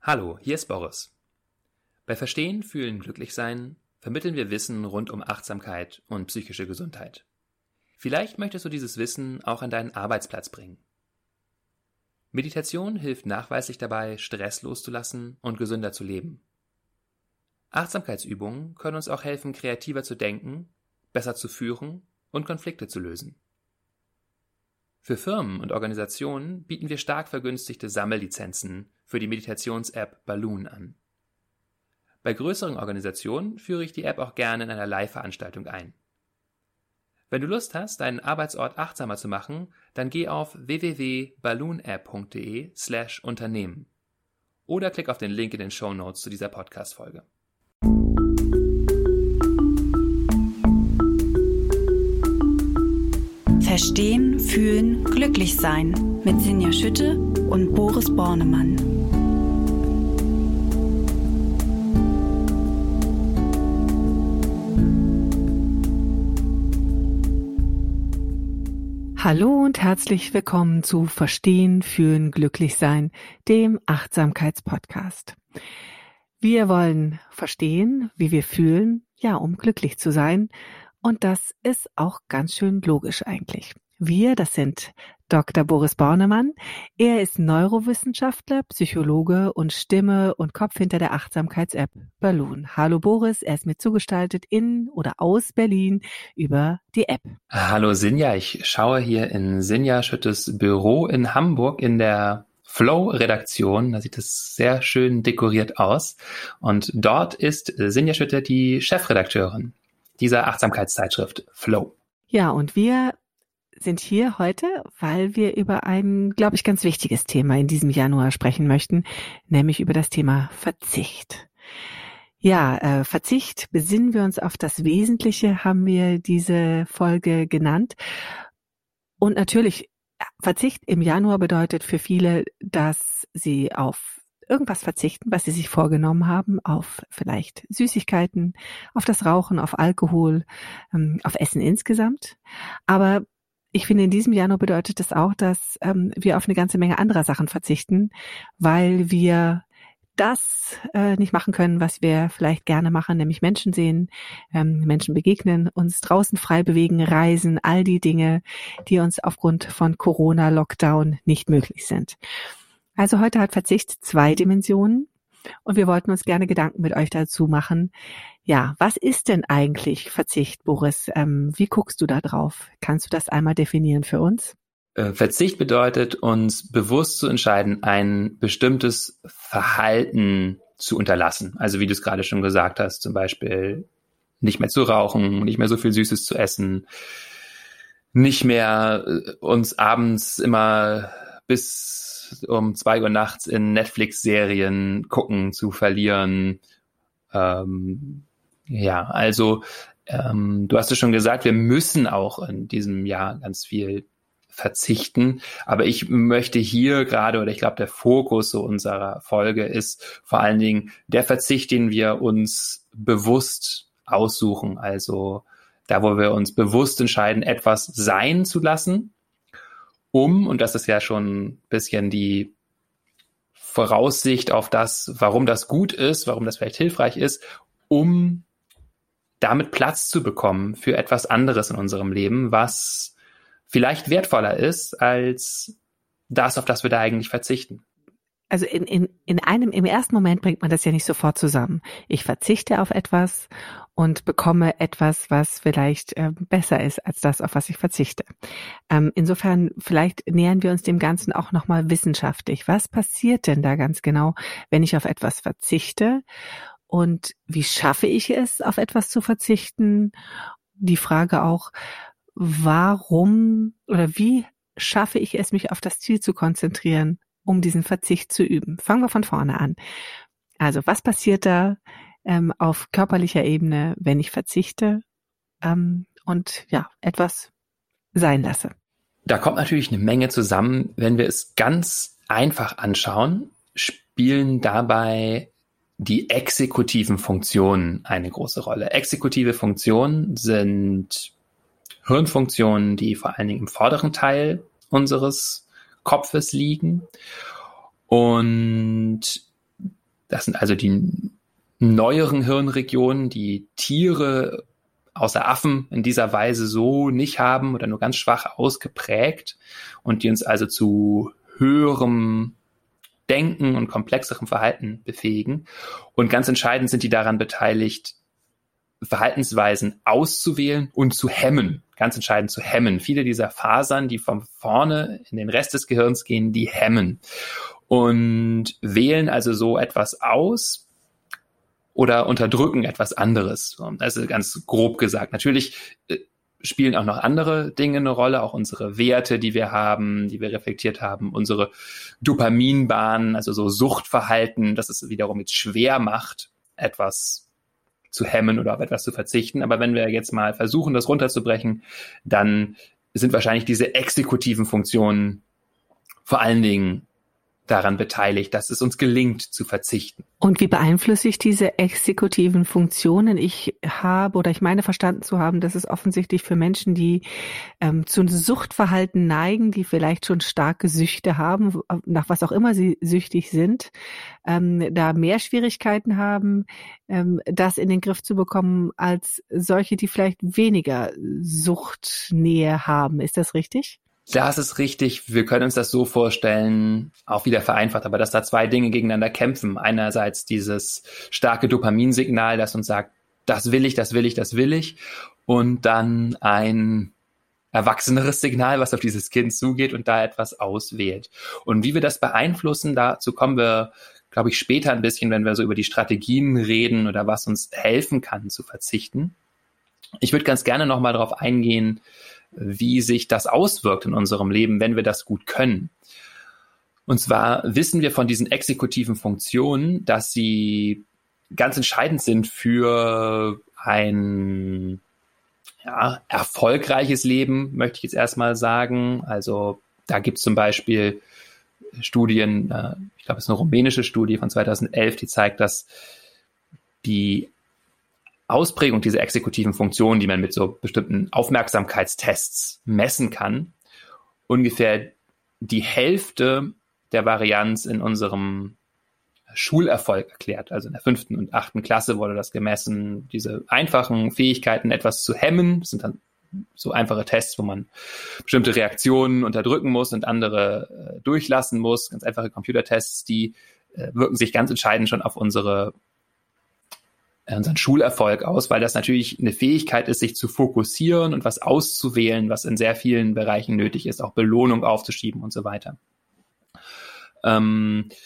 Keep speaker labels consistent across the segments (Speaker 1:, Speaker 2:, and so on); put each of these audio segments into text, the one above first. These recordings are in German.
Speaker 1: Hallo, hier ist Boris. Bei Verstehen, Fühlen, Glücklichsein vermitteln wir Wissen rund um Achtsamkeit und psychische Gesundheit. Vielleicht möchtest du dieses Wissen auch an deinen Arbeitsplatz bringen. Meditation hilft nachweislich dabei, Stress loszulassen und gesünder zu leben. Achtsamkeitsübungen können uns auch helfen, kreativer zu denken, besser zu führen und Konflikte zu lösen. Für Firmen und Organisationen bieten wir stark vergünstigte Sammellizenzen für die Meditations-App Balloon an. Bei größeren Organisationen führe ich die App auch gerne in einer Live-Veranstaltung ein. Wenn du Lust hast, deinen Arbeitsort achtsamer zu machen, dann geh auf www.balloonapp.de/Unternehmen oder klick auf den Link in den Shownotes zu dieser Podcast-Folge.
Speaker 2: Verstehen, Fühlen, Glücklichsein mit Sinja Schütte und Boris Bornemann.
Speaker 3: Hallo und herzlich willkommen zu Verstehen, Fühlen, Glücklichsein, dem Achtsamkeitspodcast. Wir wollen verstehen, wie wir fühlen, um glücklich zu sein. Und das ist auch ganz schön logisch eigentlich. Wir, das sind Dr. Boris Bornemann. Er ist Neurowissenschaftler, Psychologe und Stimme und Kopf hinter der Achtsamkeits-App Balloon. Hallo Boris, er ist mir zugestaltet in oder aus Berlin über die App.
Speaker 1: Hallo Sinja, ich schaue hier in Sinja Schüttes Büro in Hamburg in der Flow-Redaktion. Da sieht es sehr schön dekoriert aus. Und dort ist Sinja Schütte die Chefredakteurin dieser Achtsamkeitszeitschrift Flow.
Speaker 3: Ja, und wir sind hier heute, weil wir über ein, glaube ich, ganz wichtiges Thema in diesem Januar sprechen möchten, nämlich über das Thema Verzicht. Ja, Verzicht, besinnen wir uns auf das Wesentliche, haben wir diese Folge genannt. Und natürlich, Verzicht im Januar bedeutet für viele, dass sie auf irgendwas verzichten, was sie sich vorgenommen haben, auf vielleicht Süßigkeiten, auf das Rauchen, auf Alkohol, auf Essen insgesamt. Aber ich finde, in diesem Januar bedeutet das auch, dass wir auf eine ganze Menge anderer Sachen verzichten, weil wir das nicht machen können, was wir vielleicht gerne machen, nämlich Menschen sehen, Menschen begegnen, uns draußen frei bewegen, reisen, all die Dinge, die uns aufgrund von Corona, Lockdown nicht möglich sind. Also heute hat Verzicht 2 Dimensionen und wir wollten uns gerne Gedanken mit euch dazu machen. Ja, was ist denn eigentlich Verzicht, Boris? Wie guckst du da drauf? Kannst du das einmal definieren für uns?
Speaker 1: Verzicht bedeutet, uns bewusst zu entscheiden, ein bestimmtes Verhalten zu unterlassen. Also wie du es gerade schon gesagt hast, zum Beispiel nicht mehr zu rauchen, nicht mehr so viel Süßes zu essen, nicht mehr uns abends immer bis um 2 Uhr nachts in Netflix-Serien gucken zu verlieren. Du hast es schon gesagt, wir müssen auch in diesem Jahr ganz viel verzichten. Aber ich möchte hier gerade, oder ich glaube, der Fokus so unserer Folge ist vor allen Dingen der Verzicht, den wir uns bewusst aussuchen. Also da, wo wir uns bewusst entscheiden, etwas sein zu lassen, und das ist ja schon ein bisschen die Voraussicht auf das, warum das gut ist, warum das vielleicht hilfreich ist, um damit Platz zu bekommen für etwas anderes in unserem Leben, was vielleicht wertvoller ist als das, auf das wir da eigentlich verzichten.
Speaker 3: Also im ersten Moment bringt man das ja nicht sofort zusammen. Ich verzichte auf etwas und bekomme etwas, was vielleicht besser ist als das, auf was ich verzichte. Insofern, vielleicht nähern wir uns dem Ganzen auch nochmal wissenschaftlich. Was passiert denn da ganz genau, wenn ich auf etwas verzichte? Und wie schaffe ich es, auf etwas zu verzichten? Die Frage auch, warum oder wie schaffe ich es, mich auf das Ziel zu konzentrieren, um diesen Verzicht zu üben? Fangen wir von vorne an. Also was passiert da auf körperlicher Ebene, wenn ich verzichte und etwas sein lasse?
Speaker 1: Da kommt natürlich eine Menge zusammen. Wenn wir es ganz einfach anschauen, spielen dabei die exekutiven Funktionen eine große Rolle. Exekutive Funktionen sind Hirnfunktionen, die vor allen Dingen im vorderen Teil unseres Kopfes liegen. Und Das sind also die neueren Hirnregionen, die Tiere außer Affen in dieser Weise so nicht haben oder nur ganz schwach ausgeprägt und die uns also zu höherem Denken und komplexerem Verhalten befähigen. Und ganz entscheidend sind die daran beteiligt, Verhaltensweisen auszuwählen und zu hemmen. Ganz entscheidend zu hemmen. Viele dieser Fasern, die von vorne in den Rest des Gehirns gehen, die hemmen und wählen also so etwas aus oder unterdrücken etwas anderes. Also ganz grob gesagt. Natürlich spielen auch noch andere Dinge eine Rolle, auch unsere Werte, die wir haben, die wir reflektiert haben, unsere Dopaminbahnen, also so Suchtverhalten, das es wiederum jetzt schwer macht, etwas zu hemmen oder auf etwas zu verzichten. Aber wenn wir jetzt mal versuchen, das runterzubrechen, dann sind wahrscheinlich diese exekutiven Funktionen vor allen Dingen daran beteiligt, dass es uns gelingt, zu verzichten.
Speaker 3: Und wie beeinflusse ich diese exekutiven Funktionen? Ich meine verstanden zu haben, dass es offensichtlich für Menschen, die zu Suchtverhalten neigen, die vielleicht schon starke Süchte haben, nach was auch immer sie süchtig sind, da mehr Schwierigkeiten haben, das in den Griff zu bekommen, als solche, die vielleicht weniger Suchtnähe haben. Ist das richtig?
Speaker 1: Das ist richtig. Wir können uns das so vorstellen, auch wieder vereinfacht, aber dass da zwei Dinge gegeneinander kämpfen. Einerseits dieses starke Dopaminsignal, das uns sagt, das will ich, das will ich, das will ich. Und dann ein erwachseneres Signal, was auf dieses Kind zugeht und da etwas auswählt. Und wie wir das beeinflussen, dazu kommen wir, glaube ich, später ein bisschen, wenn wir so über die Strategien reden oder was uns helfen kann zu verzichten. Ich würde ganz gerne nochmal darauf eingehen, wie sich das auswirkt in unserem Leben, wenn wir das gut können. Und zwar wissen wir von diesen exekutiven Funktionen, dass sie ganz entscheidend sind für ein erfolgreiches Leben, möchte ich jetzt erstmal sagen. Also da gibt es zum Beispiel Studien, ich glaube, es ist eine rumänische Studie von 2011, die zeigt, dass die Ausprägung dieser exekutiven Funktionen, die man mit so bestimmten Aufmerksamkeitstests messen kann, ungefähr die Hälfte der Varianz in unserem Schulerfolg erklärt. Also in der 5. und 8. Klasse wurde das gemessen. Diese einfachen Fähigkeiten, etwas zu hemmen, das sind dann so einfache Tests, wo man bestimmte Reaktionen unterdrücken muss und andere durchlassen muss. Ganz einfache Computertests, die wirken sich ganz entscheidend schon auf unseren Schulerfolg aus, weil das natürlich eine Fähigkeit ist, sich zu fokussieren und was auszuwählen, was in sehr vielen Bereichen nötig ist, auch Belohnung aufzuschieben und so weiter. Eine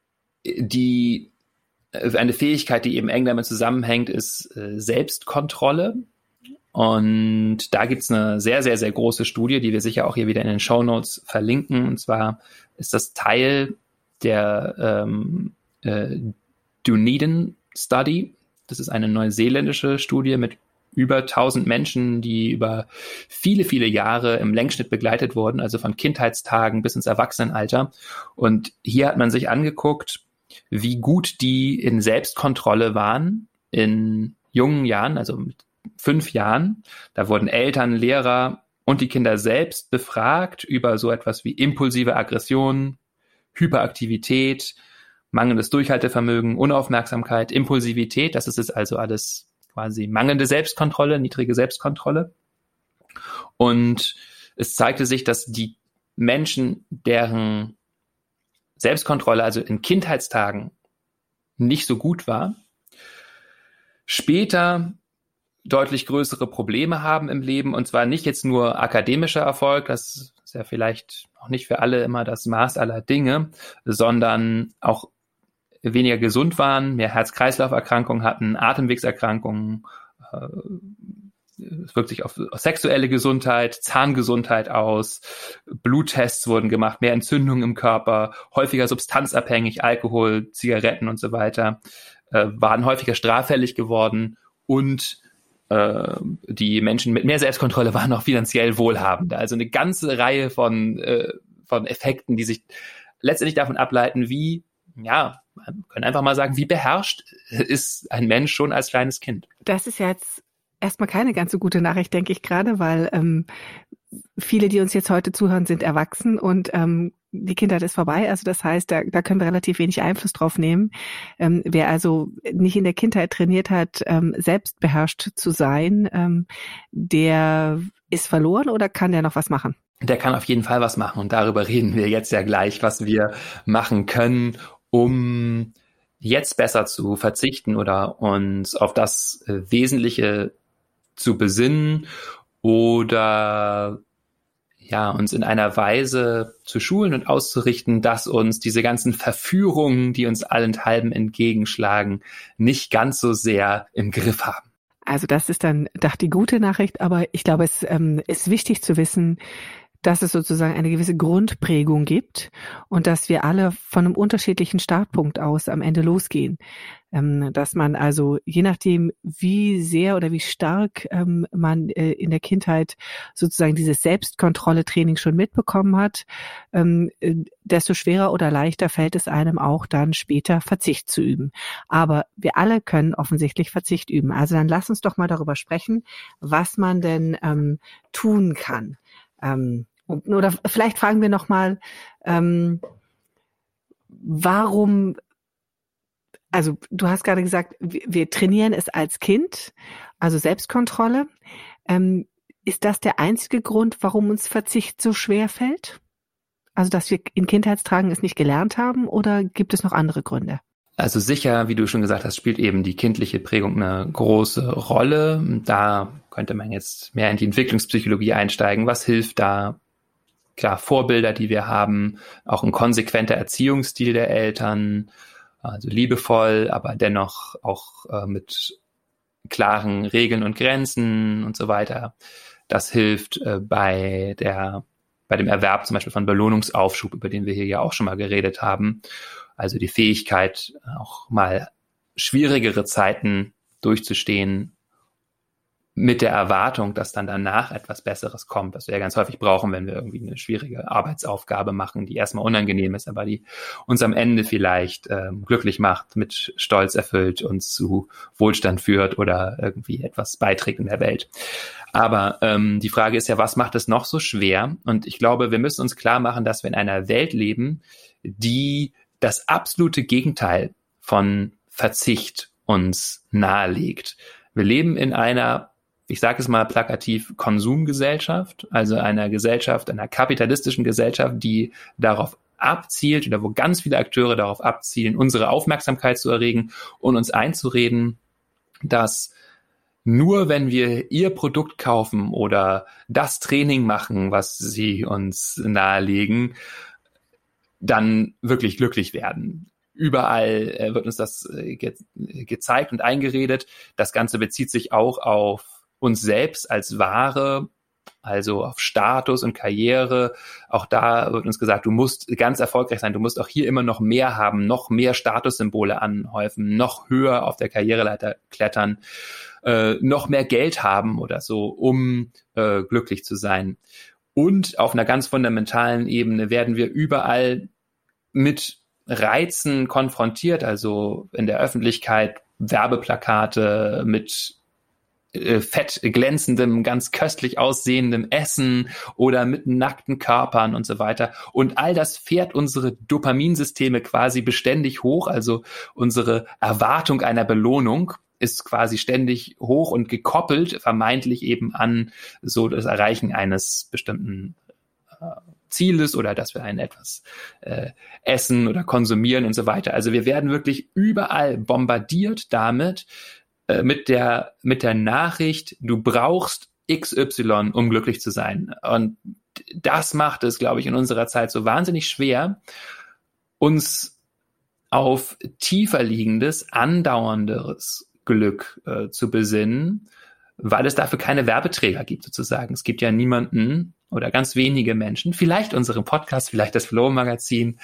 Speaker 1: Fähigkeit, die eben eng damit zusammenhängt, ist Selbstkontrolle. Und da gibt es eine sehr, sehr, sehr große Studie, die wir sicher auch hier wieder in den Shownotes verlinken. Und zwar ist das Teil der Dunedin Study. Das ist eine neuseeländische Studie mit über 1000 Menschen, die über viele, viele Jahre im Längsschnitt begleitet wurden, also von Kindheitstagen bis ins Erwachsenenalter. Und hier hat man sich angeguckt, wie gut die in Selbstkontrolle waren in jungen Jahren, also mit 5 Jahren. Da wurden Eltern, Lehrer und die Kinder selbst befragt über so etwas wie impulsive Aggression, Hyperaktivität, mangelndes Durchhaltevermögen, Unaufmerksamkeit, Impulsivität. Das ist jetzt also alles quasi mangelnde Selbstkontrolle, niedrige Selbstkontrolle. Und es zeigte sich, dass die Menschen, deren Selbstkontrolle also in Kindheitstagen nicht so gut war, später deutlich größere Probleme haben im Leben, und zwar nicht jetzt nur akademischer Erfolg, das ist ja vielleicht auch nicht für alle immer das Maß aller Dinge, sondern auch weniger gesund waren, mehr Herz-Kreislauf-Erkrankungen hatten, Atemwegserkrankungen, es wirkt sich auf sexuelle Gesundheit, Zahngesundheit aus, Bluttests wurden gemacht, mehr Entzündungen im Körper, häufiger substanzabhängig, Alkohol, Zigaretten und so weiter, waren häufiger straffällig geworden und die Menschen mit mehr Selbstkontrolle waren auch finanziell wohlhabender. Also eine ganze Reihe von Effekten, die sich letztendlich davon ableiten, wie, ja, man kann einfach mal sagen, wie beherrscht ist ein Mensch schon als kleines Kind.
Speaker 3: Das ist jetzt erstmal keine ganz so gute Nachricht, denke ich gerade, weil viele, die uns jetzt heute zuhören, sind erwachsen und die Kindheit ist vorbei. Also das heißt, da können wir relativ wenig Einfluss drauf nehmen. Wer also nicht in der Kindheit trainiert hat, selbst beherrscht zu sein, der ist verloren oder kann der noch was machen?
Speaker 1: Der kann auf jeden Fall was machen und darüber reden wir jetzt ja gleich, was wir machen können, um jetzt besser zu verzichten oder uns auf das Wesentliche zu besinnen oder ja, uns in einer Weise zu schulen und auszurichten, dass uns diese ganzen Verführungen, die uns allenthalben entgegenschlagen, nicht ganz so sehr im Griff haben.
Speaker 3: Also das ist dann die gute Nachricht, aber ich glaube, es ist wichtig zu wissen, dass es sozusagen eine gewisse Grundprägung gibt und dass wir alle von einem unterschiedlichen Startpunkt aus am Ende losgehen. Dass man also, je nachdem, wie sehr oder wie stark man in der Kindheit sozusagen dieses Selbstkontrolle-Training schon mitbekommen hat, desto schwerer oder leichter fällt es einem auch dann später Verzicht zu üben. Aber wir alle können offensichtlich Verzicht üben. Also dann lass uns doch mal darüber sprechen, was man denn tun kann. Oder vielleicht fragen wir nochmal, warum, also du hast gerade gesagt, wir trainieren es als Kind, also Selbstkontrolle. Ist das der einzige Grund, warum uns Verzicht so schwer fällt? Also dass wir in Kindheitstagen es nicht gelernt haben oder gibt es noch andere Gründe?
Speaker 1: Also sicher, wie du schon gesagt hast, spielt eben die kindliche Prägung eine große Rolle. Da könnte man jetzt mehr in die Entwicklungspsychologie einsteigen. Was hilft da? Klar, Vorbilder, die wir haben, auch ein konsequenter Erziehungsstil der Eltern, also liebevoll, aber dennoch auch mit klaren Regeln und Grenzen und so weiter. Das hilft bei dem Erwerb zum Beispiel von Belohnungsaufschub, über den wir hier ja auch schon mal geredet haben. Also die Fähigkeit, auch mal schwierigere Zeiten durchzustehen mit der Erwartung, dass dann danach etwas Besseres kommt, was wir ja ganz häufig brauchen, wenn wir irgendwie eine schwierige Arbeitsaufgabe machen, die erstmal unangenehm ist, aber die uns am Ende vielleicht glücklich macht, mit Stolz erfüllt, uns zu Wohlstand führt oder irgendwie etwas beiträgt in der Welt. Aber die Frage ist ja, was macht es noch so schwer? Und ich glaube, wir müssen uns klar machen, dass wir in einer Welt leben, die das absolute Gegenteil von Verzicht uns nahelegt. Wir leben in einer, ich sage es mal plakativ, Konsumgesellschaft, also einer Gesellschaft, einer kapitalistischen Gesellschaft, die darauf abzielt oder wo ganz viele Akteure darauf abzielen, unsere Aufmerksamkeit zu erregen und uns einzureden, dass nur wenn wir ihr Produkt kaufen oder das Training machen, was sie uns nahelegen, dann wirklich glücklich werden. Überall wird uns das gezeigt und eingeredet. Das Ganze bezieht sich auch auf uns selbst als Ware, also auf Status und Karriere. Auch da wird uns gesagt, du musst ganz erfolgreich sein, du musst auch hier immer noch mehr haben, noch mehr Statussymbole anhäufen, noch höher auf der Karriereleiter klettern, noch mehr Geld haben oder so, um glücklich zu sein. Und auf einer ganz fundamentalen Ebene werden wir überall mit Reizen konfrontiert, also in der Öffentlichkeit Werbeplakate mit fett glänzendem, ganz köstlich aussehendem Essen oder mit nackten Körpern und so weiter. Und all das fährt unsere Dopaminsysteme quasi beständig hoch, also unsere Erwartung einer Belohnung ist quasi ständig hoch und gekoppelt, vermeintlich eben an so das Erreichen eines bestimmten Zieles oder dass wir etwas essen oder konsumieren und so weiter. Also wir werden wirklich überall bombardiert damit, mit der Nachricht, du brauchst XY, um glücklich zu sein. Und das macht es, glaube ich, in unserer Zeit so wahnsinnig schwer, uns auf tiefer liegendes, andauernderes Glück zu besinnen, weil es dafür keine Werbeträger gibt sozusagen. Es gibt ja niemanden oder ganz wenige Menschen, vielleicht unseren Podcast, vielleicht das Flow-Magazin,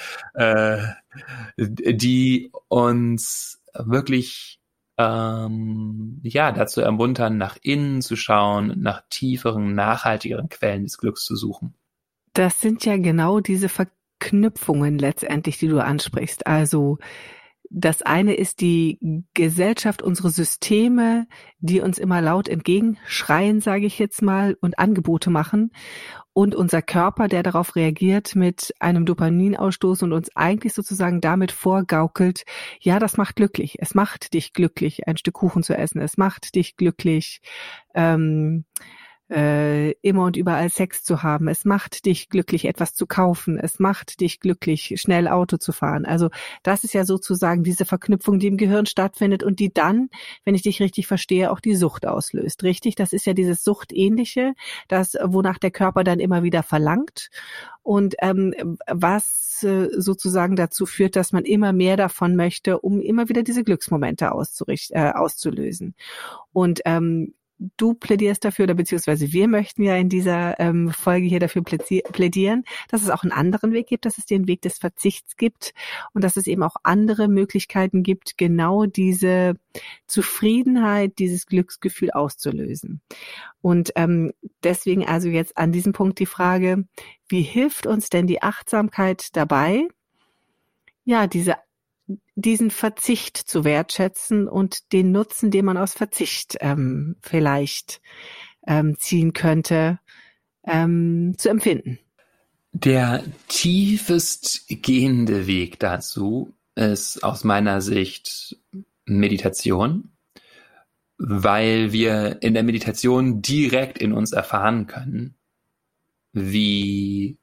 Speaker 1: die uns wirklich dazu ermuntern, nach innen zu schauen, nach tieferen, nachhaltigeren Quellen des Glücks zu suchen.
Speaker 3: Das sind ja genau diese Verknüpfungen letztendlich, die du ansprichst. Also Das eine ist die Gesellschaft, unsere Systeme, die uns immer laut entgegenschreien, sage ich jetzt mal, und Angebote machen. Und unser Körper, der darauf reagiert mit einem Dopaminausstoß und uns eigentlich sozusagen damit vorgaukelt, ja, das macht glücklich. Es macht dich glücklich, ein Stück Kuchen zu essen. Es macht dich glücklich, immer und überall Sex zu haben. Es macht dich glücklich, etwas zu kaufen. Es macht dich glücklich, schnell Auto zu fahren. Also das ist ja sozusagen diese Verknüpfung, die im Gehirn stattfindet und die dann, wenn ich dich richtig verstehe, auch die Sucht auslöst. Richtig? Das ist ja dieses Suchtähnliche, das, wonach der Körper dann immer wieder verlangt und was sozusagen dazu führt, dass man immer mehr davon möchte, um immer wieder diese Glücksmomente auszulösen. Und du plädierst dafür, oder beziehungsweise wir möchten ja in dieser Folge hier dafür plädieren, dass es auch einen anderen Weg gibt, dass es den Weg des Verzichts gibt und dass es eben auch andere Möglichkeiten gibt, genau diese Zufriedenheit, dieses Glücksgefühl auszulösen. Und deswegen also jetzt an diesem Punkt die Frage, wie hilft uns denn die Achtsamkeit dabei, ja, diesen Verzicht zu wertschätzen und den Nutzen, den man aus Verzicht vielleicht ziehen könnte, zu empfinden.
Speaker 1: Der tiefest gehende Weg dazu ist aus meiner Sicht Meditation, weil wir in der Meditation direkt in uns erfahren können, wie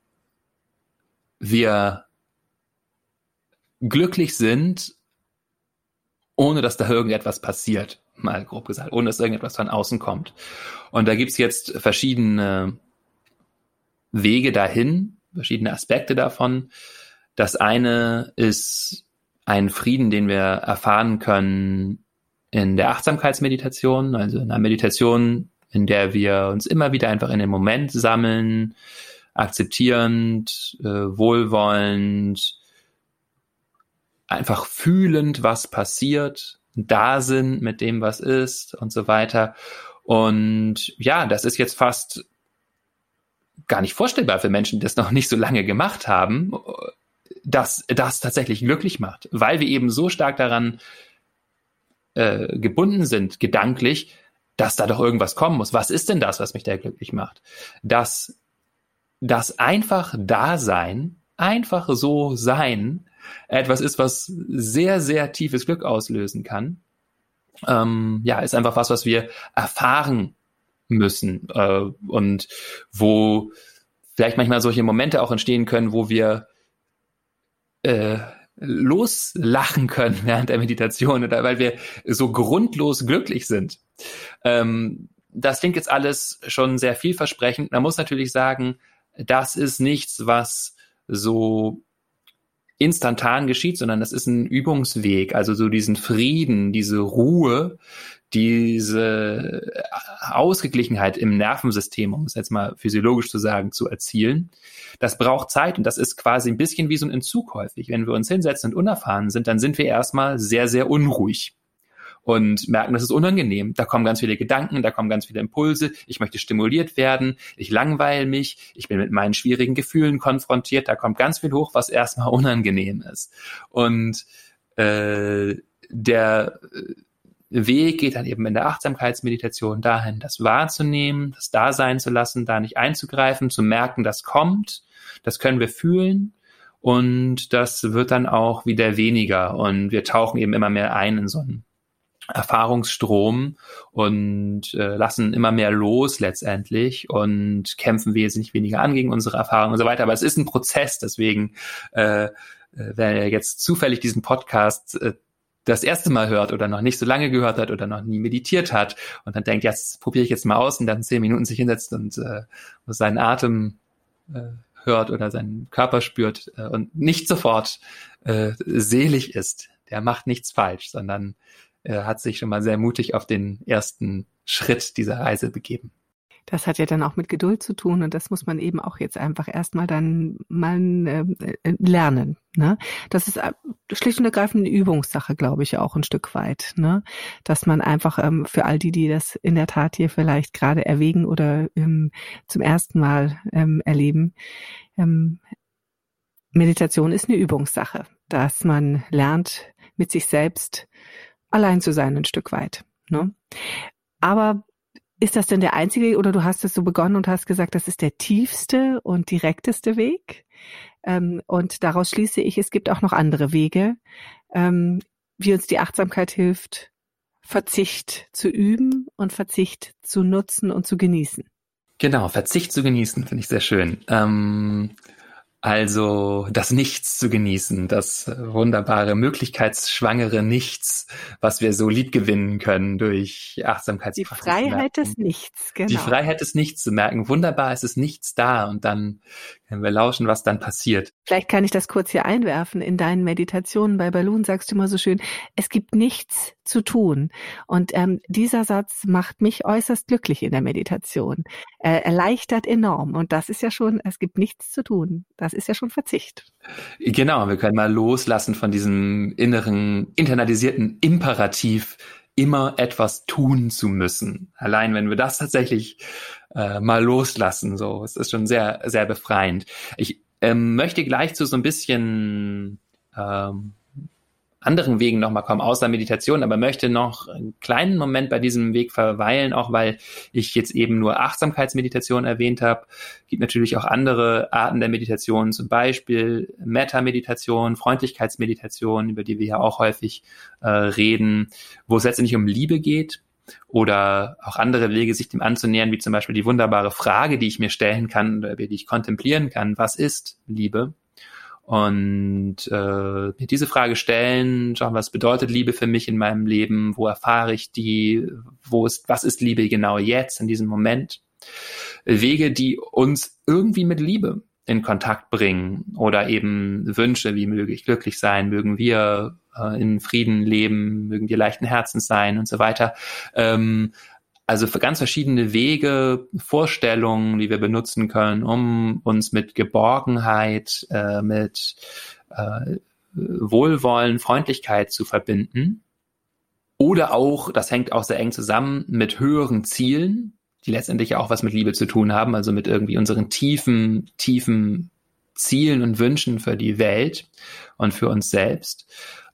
Speaker 1: wir glücklich sind, ohne dass da irgendetwas passiert, mal grob gesagt, ohne dass irgendetwas von außen kommt. Und da gibt's jetzt verschiedene Wege dahin, verschiedene Aspekte davon. Das eine ist ein Frieden, den wir erfahren können in der Achtsamkeitsmeditation, also in einer Meditation, in der wir uns immer wieder einfach in den Moment sammeln, akzeptierend, wohlwollend, einfach fühlend, was passiert, da sind mit dem, was ist und so weiter. Und ja, das ist jetzt fast gar nicht vorstellbar für Menschen, die das noch nicht so lange gemacht haben, dass das tatsächlich glücklich macht, weil wir eben so stark daran gebunden sind, gedanklich, dass da doch irgendwas kommen muss. Was ist denn das, was mich da glücklich macht? Dass das einfach Dasein, einfach so sein, etwas ist, was sehr, sehr tiefes Glück auslösen kann. Ist einfach was wir erfahren müssen und wo vielleicht manchmal solche Momente auch entstehen können, wo wir loslachen können während der Meditation oder weil wir so grundlos glücklich sind. Das klingt jetzt alles schon sehr vielversprechend. Man muss natürlich sagen, das ist nichts, was so instantan geschieht, sondern das ist ein Übungsweg, also so diesen Frieden, diese Ruhe, diese Ausgeglichenheit im Nervensystem, um es jetzt mal physiologisch zu sagen, zu erzielen. Das braucht Zeit und das ist quasi ein bisschen wie so ein Entzug häufig. Wenn wir uns hinsetzen und unerfahren sind, dann sind wir erstmal sehr, sehr unruhig und merken, das ist unangenehm. Da kommen ganz viele Gedanken, da kommen ganz viele Impulse. Ich möchte stimuliert werden, ich langweile mich, ich bin mit meinen schwierigen Gefühlen konfrontiert. Da kommt ganz viel hoch, was erstmal unangenehm ist. Und der Weg geht dann eben in der Achtsamkeitsmeditation dahin, das wahrzunehmen, das da sein zu lassen, da nicht einzugreifen, zu merken, das kommt, das können wir fühlen und das wird dann auch wieder weniger und wir tauchen eben immer mehr ein in so einen Erfahrungsstrom und lassen immer mehr los letztendlich und kämpfen wesentlich weniger an gegen unsere Erfahrungen und so weiter. Aber es ist ein Prozess, deswegen, wer jetzt zufällig diesen Podcast das erste Mal hört oder noch nicht so lange gehört hat oder noch nie meditiert hat und dann denkt, ja, das probiere ich jetzt mal aus und dann 10 Minuten sich hinsetzt und seinen Atem hört oder seinen Körper spürt und nicht sofort selig ist, der macht nichts falsch, sondern hat sich schon mal sehr mutig auf den ersten Schritt dieser Reise begeben.
Speaker 3: Das hat ja dann auch mit Geduld zu tun und das muss man eben auch jetzt einfach erstmal dann mal lernen. Ne? Das ist schlicht und ergreifend eine Übungssache, glaube ich, auch ein Stück weit. Ne? Dass man einfach für all die das in der Tat hier vielleicht gerade erwägen oder zum ersten Mal erleben, Meditation ist eine Übungssache, dass man lernt, mit sich selbst allein zu sein, ein Stück weit. Ne? Aber ist das denn der einzige, oder du hast es so begonnen und hast gesagt, das ist der tiefste und direkteste Weg? Und daraus schließe ich, es gibt auch noch andere Wege, wie uns die Achtsamkeit hilft, Verzicht zu üben und Verzicht zu nutzen und zu genießen.
Speaker 1: Genau, Verzicht zu genießen, finde ich sehr schön. Also das Nichts zu genießen, das wunderbare, möglichkeitsschwangere Nichts, was wir so lieb gewinnen können durch Achtsamkeitspraxis.
Speaker 3: Die Freiheit des Nichts, genau.
Speaker 1: Die Freiheit des Nichts zu merken. Wunderbar, es ist nichts da und dann können wir lauschen, was dann passiert.
Speaker 3: Vielleicht kann ich das kurz hier einwerfen. In deinen Meditationen bei Balloon sagst du immer so schön, es gibt nichts zu tun. Und dieser Satz macht mich äußerst glücklich in der Meditation. Erleichtert enorm. Und das ist ja schon, es gibt nichts zu tun. Das ist ja schon Verzicht.
Speaker 1: Genau, wir können mal loslassen von diesem inneren, internalisierten Imperativ, immer etwas tun zu müssen. Allein wenn wir das tatsächlich mal loslassen, so, es ist schon sehr, sehr befreiend. Ich möchte gleich zu so ein bisschen anderen Wegen nochmal kommen, außer Meditation, aber möchte noch einen kleinen Moment bei diesem Weg verweilen, auch weil ich jetzt eben nur Achtsamkeitsmeditation erwähnt habe. Es gibt natürlich auch andere Arten der Meditation, zum Beispiel Metta-Meditation, Freundlichkeitsmeditation, über die wir ja auch häufig reden, wo es letztendlich um Liebe geht, oder auch andere Wege, sich dem anzunähern, wie zum Beispiel die wunderbare Frage, die ich mir stellen kann, oder die ich kontemplieren kann: Was ist Liebe? Und mir diese Frage stellen, schauen, was bedeutet Liebe für mich in meinem Leben, wo erfahre ich die, was ist Liebe genau jetzt, in diesem Moment. Wege, die uns irgendwie mit Liebe in Kontakt bringen, oder eben Wünsche, wie möge ich glücklich sein, mögen wir in Frieden leben, mögen wir leichten Herzens sein und so weiter. Also für ganz verschiedene Wege, Vorstellungen, die wir benutzen können, um uns mit Geborgenheit, mit Wohlwollen, Freundlichkeit zu verbinden. Oder auch, das hängt auch sehr eng zusammen, mit höheren Zielen, die letztendlich auch was mit Liebe zu tun haben, also mit irgendwie unseren tiefen Zielen und Wünschen für die Welt und für uns selbst.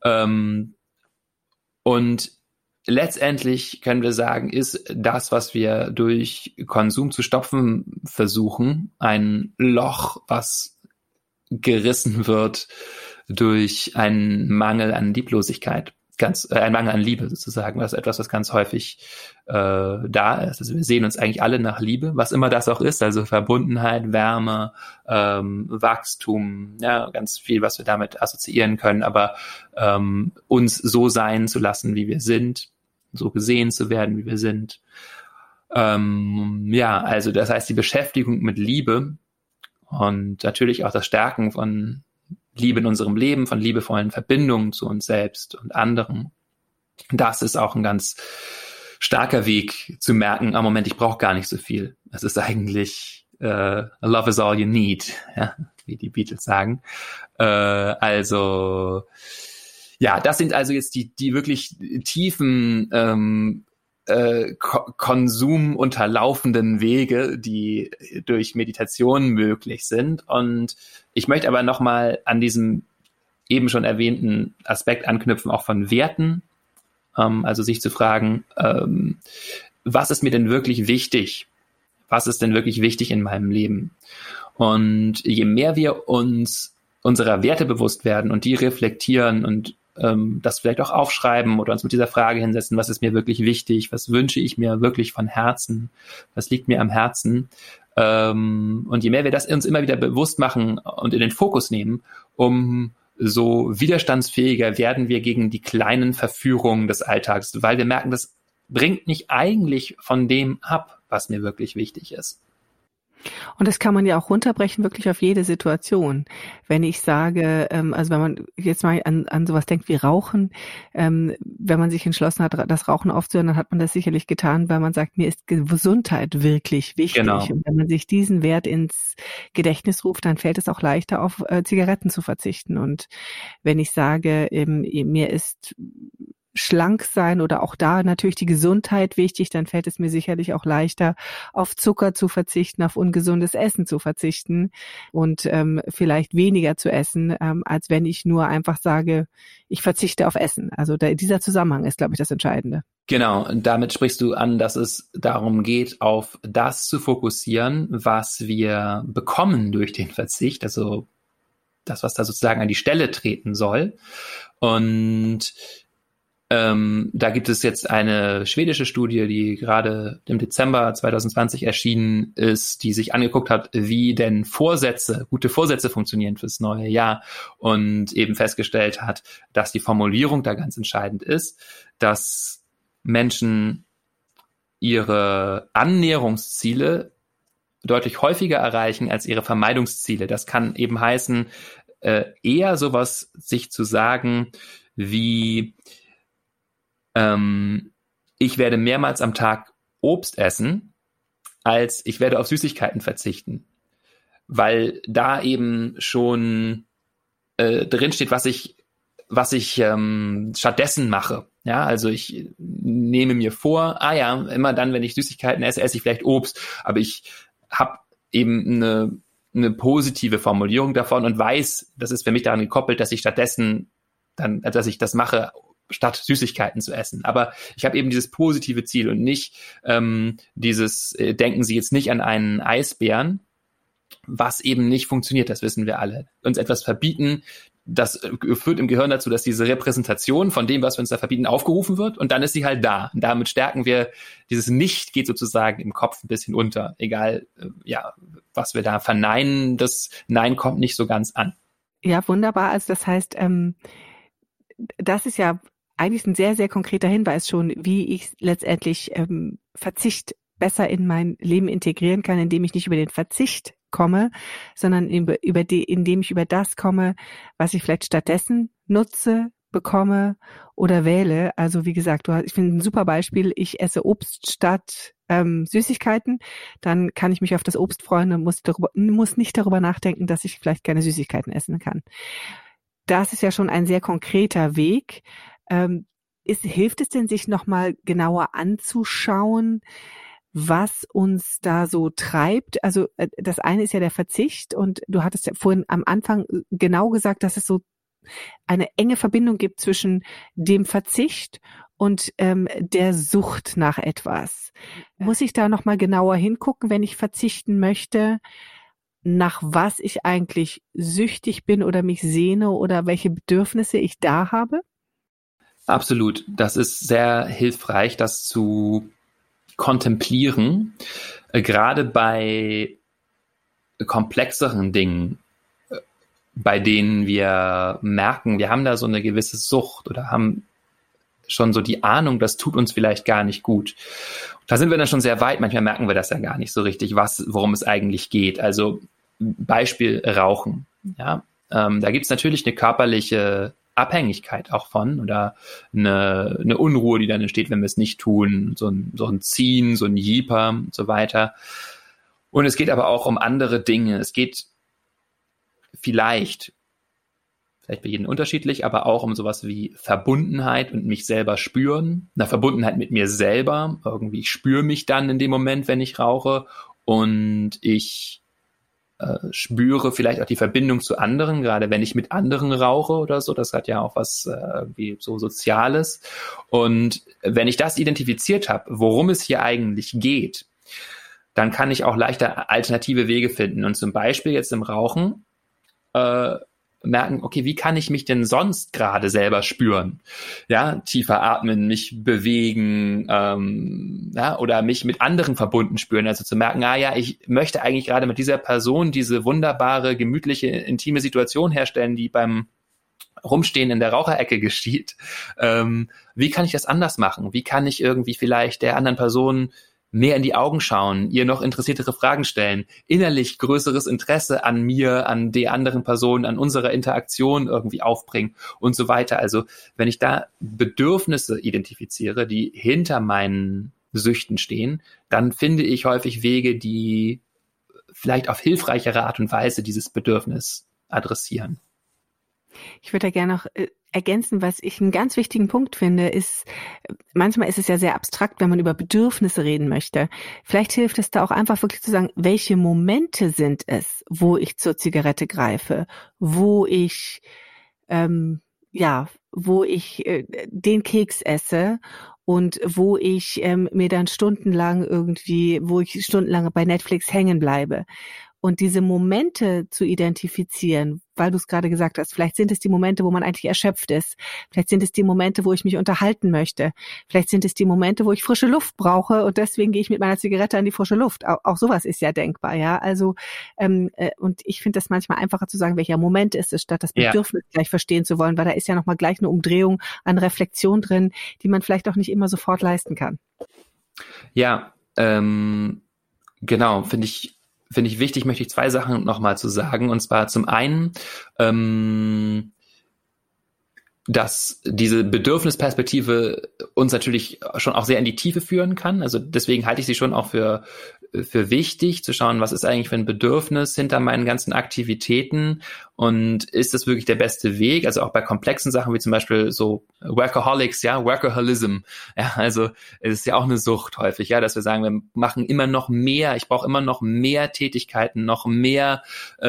Speaker 1: Und letztendlich können wir sagen, ist das, was wir durch Konsum zu stopfen versuchen, ein Loch, was gerissen wird durch einen Mangel an Lieblosigkeit. Ein Mangel an Liebe sozusagen, das ist etwas, was ganz häufig da ist. Also wir sehen uns eigentlich alle nach Liebe, was immer das auch ist, also Verbundenheit, Wärme, Wachstum, ja, ganz viel, was wir damit assoziieren können, aber uns so sein zu lassen, wie wir sind, so gesehen zu werden, wie wir sind. Ja, also das heißt, die Beschäftigung mit Liebe und natürlich auch das Stärken von Liebe in unserem Leben, von liebevollen Verbindungen zu uns selbst und anderen. Das ist auch ein ganz starker Weg zu merken, am Moment, ich brauche gar nicht so viel. Es ist eigentlich love is all you need, ja, wie die Beatles sagen. Also ja, das sind also jetzt die wirklich tiefen Konsum unterlaufenden Wege, die durch Meditation möglich sind. Und ich möchte aber nochmal an diesem eben schon erwähnten Aspekt anknüpfen, auch von Werten. Also sich zu fragen, was ist mir denn wirklich wichtig? Was ist denn wirklich wichtig in meinem Leben? Und je mehr wir uns unserer Werte bewusst werden und die reflektieren und das vielleicht auch aufschreiben oder uns mit dieser Frage hinsetzen, was ist mir wirklich wichtig, was wünsche ich mir wirklich von Herzen, was liegt mir am Herzen, und je mehr wir das uns immer wieder bewusst machen und in den Fokus nehmen, umso widerstandsfähiger werden wir gegen die kleinen Verführungen des Alltags, weil wir merken, das bringt mich eigentlich von dem ab, was mir wirklich wichtig ist.
Speaker 3: Und das kann man ja auch runterbrechen, wirklich auf jede Situation. Wenn ich sage, also wenn man jetzt mal an sowas denkt wie Rauchen, wenn man sich entschlossen hat, das Rauchen aufzuhören, dann hat man das sicherlich getan, weil man sagt, mir ist Gesundheit wirklich wichtig. Genau. Und wenn man sich diesen Wert ins Gedächtnis ruft, dann fällt es auch leichter, auf Zigaretten zu verzichten. Und wenn ich sage, mir ist schlank sein oder auch da natürlich die Gesundheit wichtig, dann fällt es mir sicherlich auch leichter, auf Zucker zu verzichten, auf ungesundes Essen zu verzichten und vielleicht weniger zu essen, als wenn ich nur einfach sage, ich verzichte auf Essen. Also dieser Zusammenhang ist, glaube ich, das Entscheidende.
Speaker 1: Genau, und damit sprichst du an, dass es darum geht, auf das zu fokussieren, was wir bekommen durch den Verzicht, also das, was da sozusagen an die Stelle treten soll. Und da gibt es jetzt eine schwedische Studie, die gerade im Dezember 2020 erschienen ist, die sich angeguckt hat, wie denn gute Vorsätze funktionieren fürs neue Jahr und eben festgestellt hat, dass die Formulierung da ganz entscheidend ist, dass Menschen ihre Annäherungsziele deutlich häufiger erreichen als ihre Vermeidungsziele. Das kann eben heißen, eher sowas sich zu sagen wie ich werde mehrmals am Tag Obst essen, als ich werde auf Süßigkeiten verzichten. Weil da eben schon drin steht, was ich stattdessen mache. Ja, also ich nehme mir vor, immer dann, wenn ich Süßigkeiten esse ich vielleicht Obst, aber ich habe eben eine positive Formulierung davon und weiß, das ist für mich daran gekoppelt, dass ich stattdessen dass ich das mache, statt Süßigkeiten zu essen. Aber ich habe eben dieses positive Ziel und nicht denken Sie jetzt nicht an einen Eisbären, was eben nicht funktioniert, das wissen wir alle. Uns etwas verbieten, das führt im Gehirn dazu, dass diese Repräsentation von dem, was wir uns da verbieten, aufgerufen wird und dann ist sie halt da. Und damit stärken wir, dieses Nicht geht sozusagen im Kopf ein bisschen unter. Egal, was wir da verneinen, das Nein kommt nicht so ganz an.
Speaker 3: Ja, wunderbar. Also das heißt, das ist ja eigentlich ein sehr, sehr konkreter Hinweis schon, wie ich letztendlich Verzicht besser in mein Leben integrieren kann, indem ich nicht über den Verzicht komme, sondern indem ich über das komme, was ich vielleicht stattdessen nutze, bekomme oder wähle. Also wie gesagt, ich finde ein super Beispiel, ich esse Obst statt Süßigkeiten, dann kann ich mich auf das Obst freuen und muss nicht darüber nachdenken, dass ich vielleicht keine Süßigkeiten essen kann. Das ist ja schon ein sehr konkreter Weg. Hilft es denn, sich nochmal genauer anzuschauen, was uns da so treibt? Also das eine ist ja der Verzicht und du hattest ja vorhin am Anfang genau gesagt, dass es so eine enge Verbindung gibt zwischen dem Verzicht und der Sucht nach etwas. Muss ich da nochmal genauer hingucken, wenn ich verzichten möchte, nach was ich eigentlich süchtig bin oder mich sehne oder welche Bedürfnisse ich da habe?
Speaker 1: Absolut. Das ist sehr hilfreich, das zu kontemplieren, gerade bei komplexeren Dingen, bei denen wir merken, wir haben da so eine gewisse Sucht oder haben schon so die Ahnung, das tut uns vielleicht gar nicht gut. Da sind wir dann schon sehr weit, manchmal merken wir das ja gar nicht so richtig, worum es eigentlich geht. Also Beispiel Rauchen. Ja, da gibt es natürlich eine körperliche Abhängigkeit auch von oder eine Unruhe, die dann entsteht, wenn wir es nicht tun, so ein Ziehen, so ein Jieper und so weiter. Und es geht aber auch um andere Dinge. Es geht vielleicht bei jedem unterschiedlich, aber auch um sowas wie Verbundenheit und mich selber spüren. Eine Verbundenheit mit mir selber. Irgendwie, ich spüre mich dann in dem Moment, wenn ich rauche und ich spüre vielleicht auch die Verbindung zu anderen, gerade wenn ich mit anderen rauche oder so. Das hat ja auch was irgendwie so Soziales. Und wenn ich das identifiziert habe, worum es hier eigentlich geht, dann kann ich auch leichter alternative Wege finden. Und zum Beispiel jetzt im Rauchen merken, okay, wie kann ich mich denn sonst gerade selber spüren? Ja, tiefer atmen, mich bewegen, oder mich mit anderen verbunden spüren. Also zu merken, ich möchte eigentlich gerade mit dieser Person diese wunderbare, gemütliche, intime Situation herstellen, die beim Rumstehen in der Raucherecke geschieht. Wie kann ich das anders machen? Wie kann ich irgendwie vielleicht der anderen Person mehr in die Augen schauen, ihr noch interessiertere Fragen stellen, innerlich größeres Interesse an mir, an der anderen Person, an unserer Interaktion irgendwie aufbringen und so weiter. Also wenn ich da Bedürfnisse identifiziere, die hinter meinen Süchten stehen, dann finde ich häufig Wege, die vielleicht auf hilfreichere Art und Weise dieses Bedürfnis adressieren.
Speaker 3: Ich würde da gerne noch ergänzen, was ich einen ganz wichtigen Punkt finde, ist, manchmal ist es ja sehr abstrakt, wenn man über Bedürfnisse reden möchte. Vielleicht hilft es da auch einfach wirklich zu sagen, welche Momente sind es, wo ich zur Zigarette greife, wo ich den Keks esse und wo ich mir dann wo ich stundenlang bei Netflix hängen bleibe. Und diese Momente zu identifizieren, weil du es gerade gesagt hast, vielleicht sind es die Momente, wo man eigentlich erschöpft ist. Vielleicht sind es die Momente, wo ich mich unterhalten möchte. Vielleicht sind es die Momente, wo ich frische Luft brauche und deswegen gehe ich mit meiner Zigarette an die frische Luft. Auch sowas ist ja denkbar, ja. Also und ich finde das manchmal einfacher zu sagen, welcher Moment ist es, statt das Bedürfnis gleich verstehen zu wollen, weil da ist ja nochmal gleich eine Umdrehung an Reflexion drin, die man vielleicht auch nicht immer sofort leisten kann.
Speaker 1: Ja, genau, finde ich wichtig, möchte ich 2 Sachen nochmal zu sagen. Und zwar zum einen, dass diese Bedürfnisperspektive uns natürlich schon auch sehr in die Tiefe führen kann. Also deswegen halte ich sie schon auch für wichtig, zu schauen, was ist eigentlich für ein Bedürfnis hinter meinen ganzen Aktivitäten und ist das wirklich der beste Weg? Also auch bei komplexen Sachen wie zum Beispiel so Workaholics, Workaholism. Ja, also es ist ja auch eine Sucht häufig, dass wir sagen, wir machen immer noch mehr, ich brauche immer noch mehr Tätigkeiten, noch mehr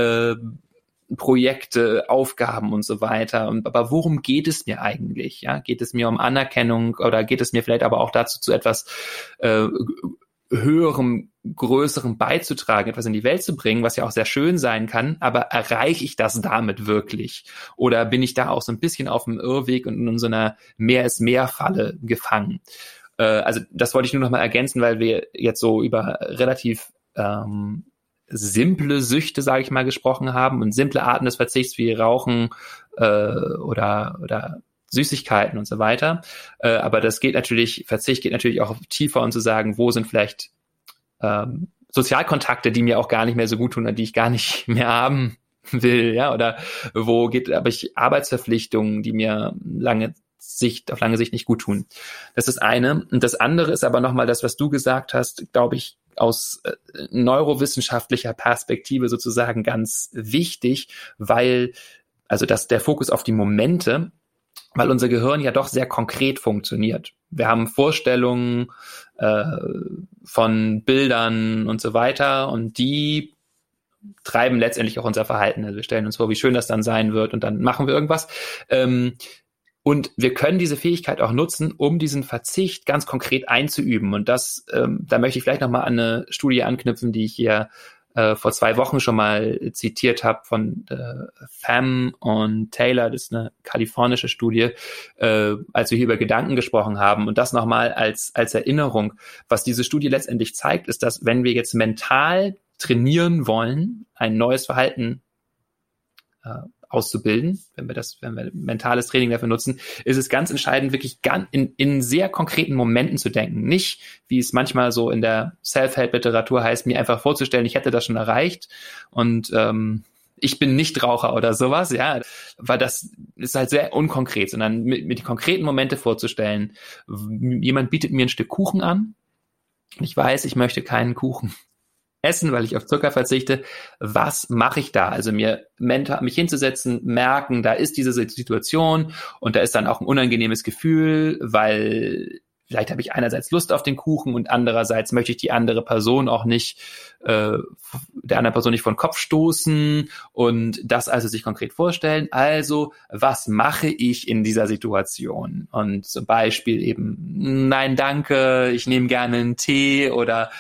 Speaker 1: Projekte, Aufgaben und so weiter. Aber worum geht es mir eigentlich? Ja, geht es mir um Anerkennung oder geht es mir vielleicht aber auch dazu, zu etwas höherem, größerem beizutragen, etwas in die Welt zu bringen, was ja auch sehr schön sein kann, aber erreiche ich das damit wirklich? Oder bin ich da auch so ein bisschen auf dem Irrweg und in so einer Mehr-ist-mehr-Falle gefangen? Also das wollte ich nur noch mal ergänzen, weil wir jetzt so über relativ simple Süchte, sage ich mal, gesprochen haben und simple Arten des Verzichts wie Rauchen oder Süßigkeiten und so weiter. Aber Verzicht geht natürlich auch tiefer und zu sagen, wo sind vielleicht Sozialkontakte, die mir auch gar nicht mehr so gut tun und die ich gar nicht mehr haben will, oder aber ich Arbeitsverpflichtungen, die mir auf lange Sicht nicht gut tun. Das ist das eine. Und das andere ist aber nochmal das, was du gesagt hast, glaube ich, aus neurowissenschaftlicher Perspektive sozusagen ganz wichtig, weil der Fokus auf die Momente, weil unser Gehirn ja doch sehr konkret funktioniert. Wir haben Vorstellungen von Bildern und so weiter und die treiben letztendlich auch unser Verhalten. Also wir stellen uns vor, wie schön das dann sein wird und dann machen wir irgendwas. Und wir können diese Fähigkeit auch nutzen, um diesen Verzicht ganz konkret einzuüben. Und das, da möchte ich vielleicht nochmal an eine Studie anknüpfen, die ich hier vor 2 Wochen schon mal zitiert habe von Pham und Taylor. Das ist eine kalifornische Studie, als wir hier über Gedanken gesprochen haben. Und das nochmal als Erinnerung. Was diese Studie letztendlich zeigt, ist, dass wenn wir jetzt mental trainieren wollen, ein neues Verhalten auszubilden, wenn wir mentales Training dafür nutzen, ist es ganz entscheidend, wirklich in sehr konkreten Momenten zu denken. Nicht, wie es manchmal so in der Self-Help-Literatur heißt, mir einfach vorzustellen, ich hätte das schon erreicht und ich bin Nichtraucher oder sowas, weil das ist halt sehr unkonkret, sondern mit die konkreten Momente vorzustellen. Jemand bietet mir ein Stück Kuchen an und ich weiß, ich möchte keinen Kuchen essen, weil ich auf Zucker verzichte. Was mache ich da? Also mich hinzusetzen, merken, da ist diese Situation und da ist dann auch ein unangenehmes Gefühl, weil vielleicht habe ich einerseits Lust auf den Kuchen und andererseits möchte ich die andere Person auch nicht, der anderen Person nicht vor den Kopf stoßen und das also sich konkret vorstellen. Also, was mache ich in dieser Situation? Und zum Beispiel eben, nein, danke, ich nehme gerne einen Tee oder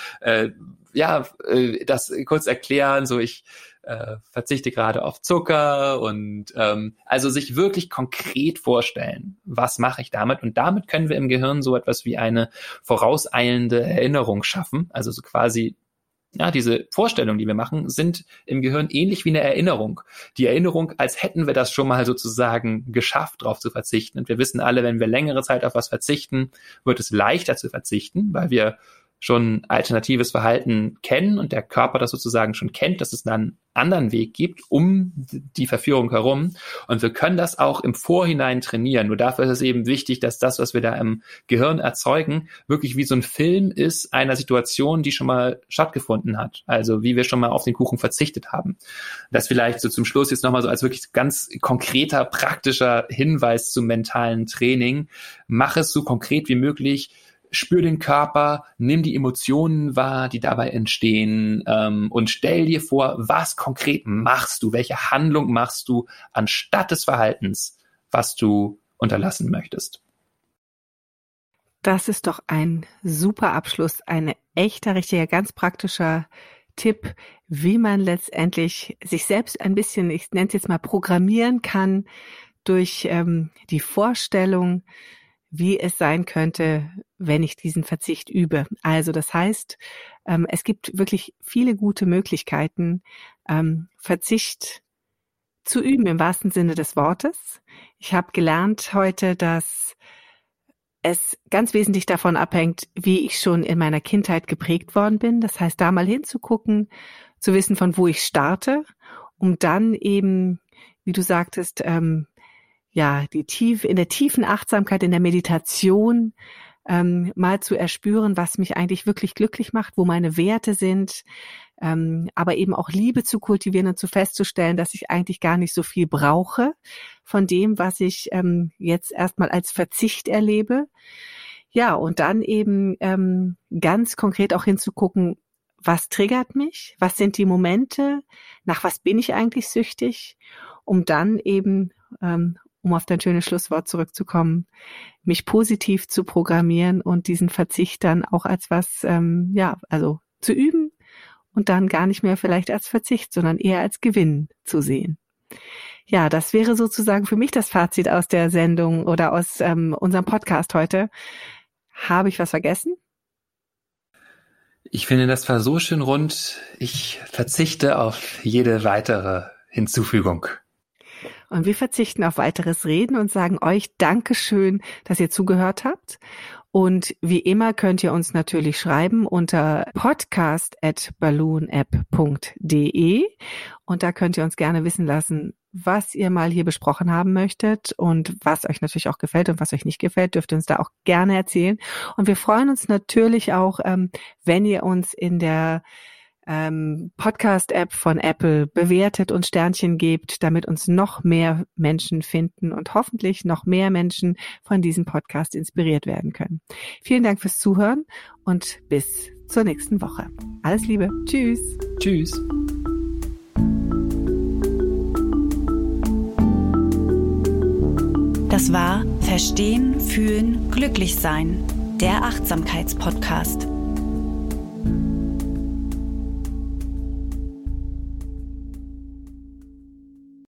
Speaker 1: das kurz erklären, so ich verzichte gerade auf Zucker und also sich wirklich konkret vorstellen, was mache ich damit? Und damit können wir im Gehirn so etwas wie eine vorauseilende Erinnerung schaffen. Also so quasi, diese Vorstellungen, die wir machen, sind im Gehirn ähnlich wie eine Erinnerung. Die Erinnerung, als hätten wir das schon mal sozusagen geschafft, darauf zu verzichten. Und wir wissen alle, wenn wir längere Zeit auf was verzichten, wird es leichter zu verzichten, weil wir schon alternatives Verhalten kennen und der Körper das sozusagen schon kennt, dass es einen anderen Weg gibt um die Verführung herum. Und wir können das auch im Vorhinein trainieren. Nur dafür ist es eben wichtig, dass das, was wir da im Gehirn erzeugen, wirklich wie so ein Film ist einer Situation, die schon mal stattgefunden hat. Also wie wir schon mal auf den Kuchen verzichtet haben. Das vielleicht so zum Schluss jetzt nochmal so als wirklich ganz konkreter, praktischer Hinweis zum mentalen Training. Mach es so konkret wie möglich. Spür den Körper, nimm die Emotionen wahr, die dabei entstehen, und stell dir vor, was konkret machst du, welche Handlung machst du anstatt des Verhaltens, was du unterlassen möchtest.
Speaker 3: Das ist doch ein super Abschluss, ein echter, richtiger, ganz praktischer Tipp, wie man letztendlich sich selbst ein bisschen, ich nenne es jetzt mal, programmieren kann durch die Vorstellung, wie es sein könnte, wenn ich diesen Verzicht übe. Also das heißt, es gibt wirklich viele gute Möglichkeiten, Verzicht zu üben im wahrsten Sinne des Wortes. Ich habe gelernt heute, dass es ganz wesentlich davon abhängt, wie ich schon in meiner Kindheit geprägt worden bin. Das heißt, da mal hinzugucken, zu wissen, von wo ich starte, um dann eben, wie du sagtest, in der tiefen Achtsamkeit, in der Meditation mal zu erspüren, was mich eigentlich wirklich glücklich macht, wo meine Werte sind, aber eben auch Liebe zu kultivieren und festzustellen, dass ich eigentlich gar nicht so viel brauche von dem, was ich jetzt erstmal als Verzicht erlebe. Ja, und dann eben ganz konkret auch hinzugucken, was triggert mich, was sind die Momente, nach was bin ich eigentlich süchtig, um dann eben um auf dein schönes Schlusswort zurückzukommen, mich positiv zu programmieren und diesen Verzicht dann auch als was, zu üben und dann gar nicht mehr vielleicht als Verzicht, sondern eher als Gewinn zu sehen. Ja, das wäre sozusagen für mich das Fazit aus der Sendung oder aus unserem Podcast heute. Habe ich was vergessen?
Speaker 1: Ich finde, das war so schön rund. Ich verzichte auf jede weitere Hinzufügung.
Speaker 3: Und wir verzichten auf weiteres Reden und sagen euch Dankeschön, dass ihr zugehört habt. Und wie immer könnt ihr uns natürlich schreiben unter podcast@balloonapp.de und da könnt ihr uns gerne wissen lassen, was ihr mal hier besprochen haben möchtet und was euch natürlich auch gefällt und was euch nicht gefällt, dürft ihr uns da auch gerne erzählen. Und wir freuen uns natürlich auch, wenn ihr uns in der Podcast-App von Apple bewertet und Sternchen gebt, damit uns noch mehr Menschen finden und hoffentlich noch mehr Menschen von diesem Podcast inspiriert werden können. Vielen Dank fürs Zuhören und bis zur nächsten Woche. Alles Liebe. Tschüss.
Speaker 1: Tschüss.
Speaker 2: Das war Verstehen, Fühlen, Glücklich sein, der Achtsamkeitspodcast.